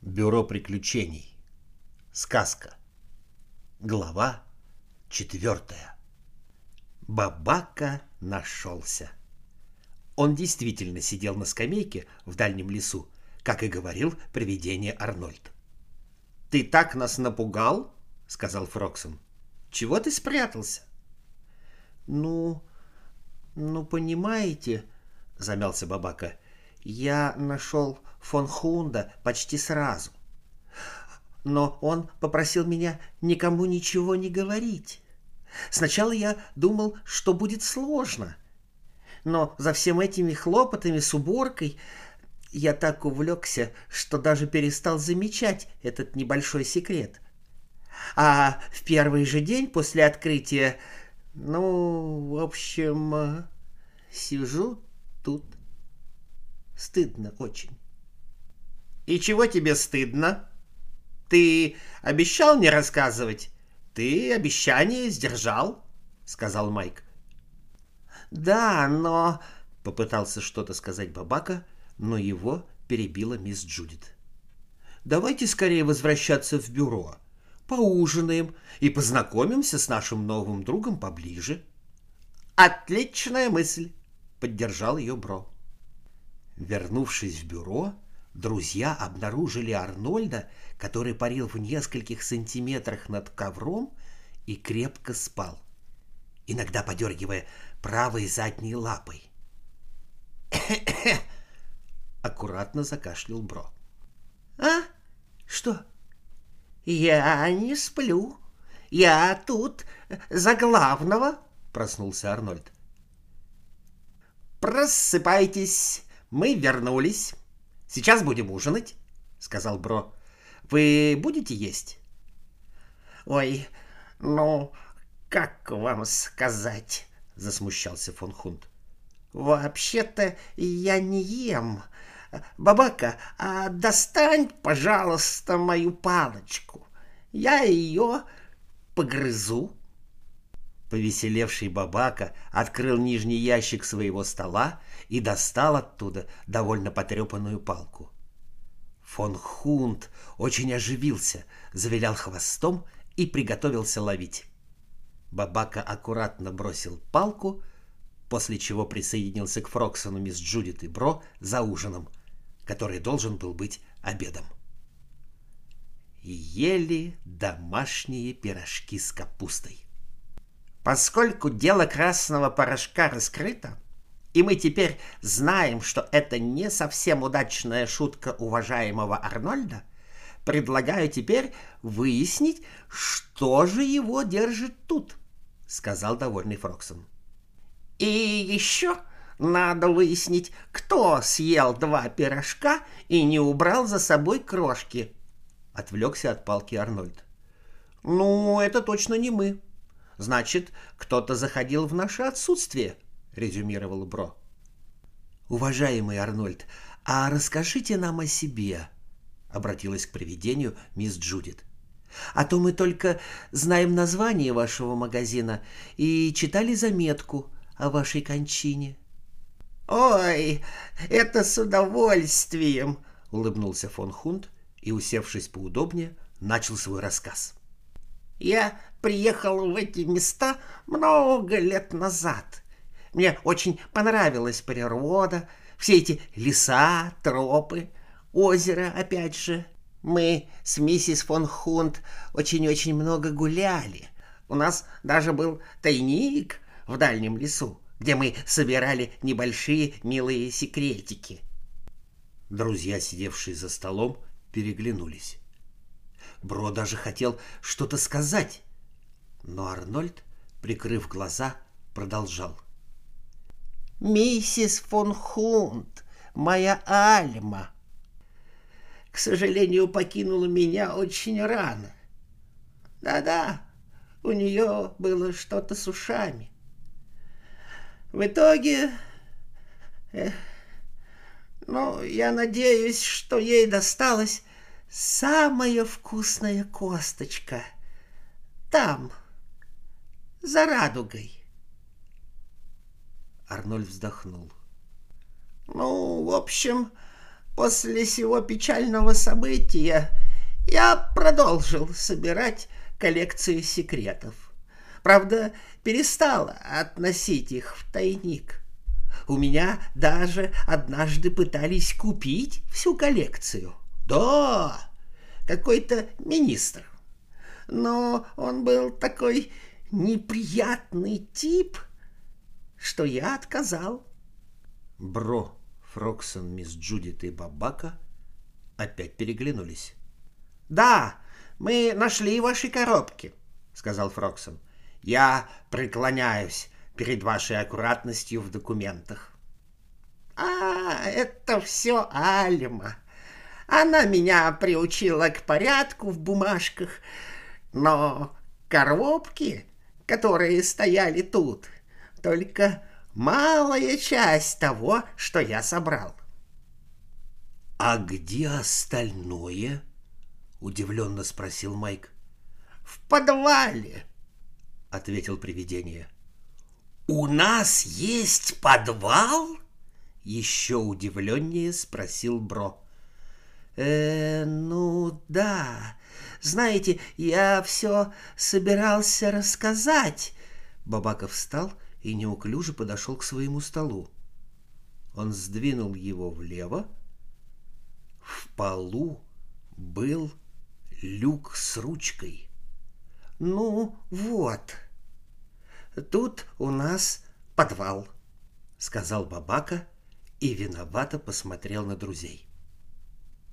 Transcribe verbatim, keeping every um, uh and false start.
Бюро приключений. Сказка. Глава четвертая. Бабака нашелся. Он действительно сидел на скамейке в дальнем лесу, как и говорил привидение Арнольд. «Ты так нас напугал, — сказал Фроксон. — Чего ты спрятался?» «Ну, ну, понимаете, — замялся Бабака, — я нашел фон Хунда почти сразу. Но он попросил меня никому ничего не говорить. Сначала я думал, что будет сложно. Но за всем этими хлопотами с уборкой я так увлекся, что даже перестал замечать этот небольшой секрет. А в первый же день после открытия, ну, в общем, сижу тут. Стыдно очень». «И чего тебе стыдно? Ты обещал не рассказывать? Ты обещание сдержал», — сказал Майк. «Да, но...» — попытался что-то сказать Бабака, но его перебила мисс Джудит. «Давайте скорее возвращаться в бюро. Поужинаем и познакомимся с нашим новым другом поближе». «Отличная мысль!» — поддержал ее Бро. Вернувшись в бюро, друзья обнаружили Арнольда, который парил в нескольких сантиметрах над ковром и крепко спал, иногда подергивая правой задней лапой. Аккуратно закашлял Бро. «А? Что? Я не сплю. Я тут за главного», — проснулся Арнольд. «Просыпайтесь, мы вернулись. Сейчас будем ужинать», — сказал Бро. «Вы будете есть?» «Ой, ну, как вам сказать?» — засмущался фон Хунд. «Вообще-то я не ем. Бабака, а достань, пожалуйста, мою палочку. Я ее погрызу». Повеселевший Бабака открыл нижний ящик своего стола и достал оттуда довольно потрепанную палку. Фон Хунд очень оживился, завилял хвостом и приготовился ловить. Бабака аккуратно бросил палку, после чего присоединился к Фроксону, мисс Джудит и Бро за ужином, который должен был быть обедом. И ели домашние пирожки с капустой. Поскольку дело красного порошка раскрыто, и мы теперь знаем, что это не совсем удачная шутка уважаемого Арнольда, предлагаю теперь выяснить, что же его держит тут, — сказал довольный Фроксон. «И еще надо выяснить, кто съел два пирожка и не убрал за собой крошки», — отвлекся от палки Арнольд. «Ну, это точно не мы. Значит, кто-то заходил в наше отсутствие», — резюмировал Бро. «Уважаемый Арнольд, а расскажите нам о себе», — обратилась к привидению мисс Джудит. «А то мы только знаем название вашего магазина и читали заметку о вашей кончине». «Ой, это с удовольствием», — улыбнулся фон Хунд и, усевшись поудобнее, начал свой рассказ. «Я приехал в эти места много лет назад. Мне очень понравилась природа, все эти леса, тропы, озеро опять же. Мы с миссис фон Хунд очень-очень много гуляли. У нас даже был тайник в дальнем лесу, где мы собирали небольшие милые секретики». Друзья, сидевшие за столом, переглянулись. Бро даже хотел что-то сказать, но Арнольд, прикрыв глаза, продолжал. «Миссис фон Хунд, моя Альма, к сожалению, покинула меня очень рано. Да-да, у нее было что-то с ушами. В итоге, э, ну, я надеюсь, что ей досталась самая вкусная косточка там, за радугой». Арнольд вздохнул. «Ну, в общем, После сего печального события я продолжил собирать коллекцию секретов. Правда, перестал относить их в тайник. У меня даже однажды пытались купить всю коллекцию. Да, какой-то министр. Но он был такой неприятный тип, что я отказал. Бро, Фроксон, мисс Джудит и Бабака опять переглянулись. «Да, мы нашли ваши коробки», — сказал Фроксон. «Я преклоняюсь перед вашей аккуратностью в документах». «А, это все Альма. Она меня приучила к порядку в бумажках, но коробки, которые стояли тут, только малая часть того, что я собрал». «А где остальное?» — удивленно спросил Майк. «В подвале», — ответил привидение. «У нас есть подвал?» — еще удивленнее спросил Бро. «Э, ну да. Знаете, я все собирался рассказать». Бабака встал и неуклюже подошел к своему столу. Он сдвинул его влево. В полу был люк с ручкой. «Ну вот, тут у нас подвал», — сказал Бабака и виновато посмотрел на друзей.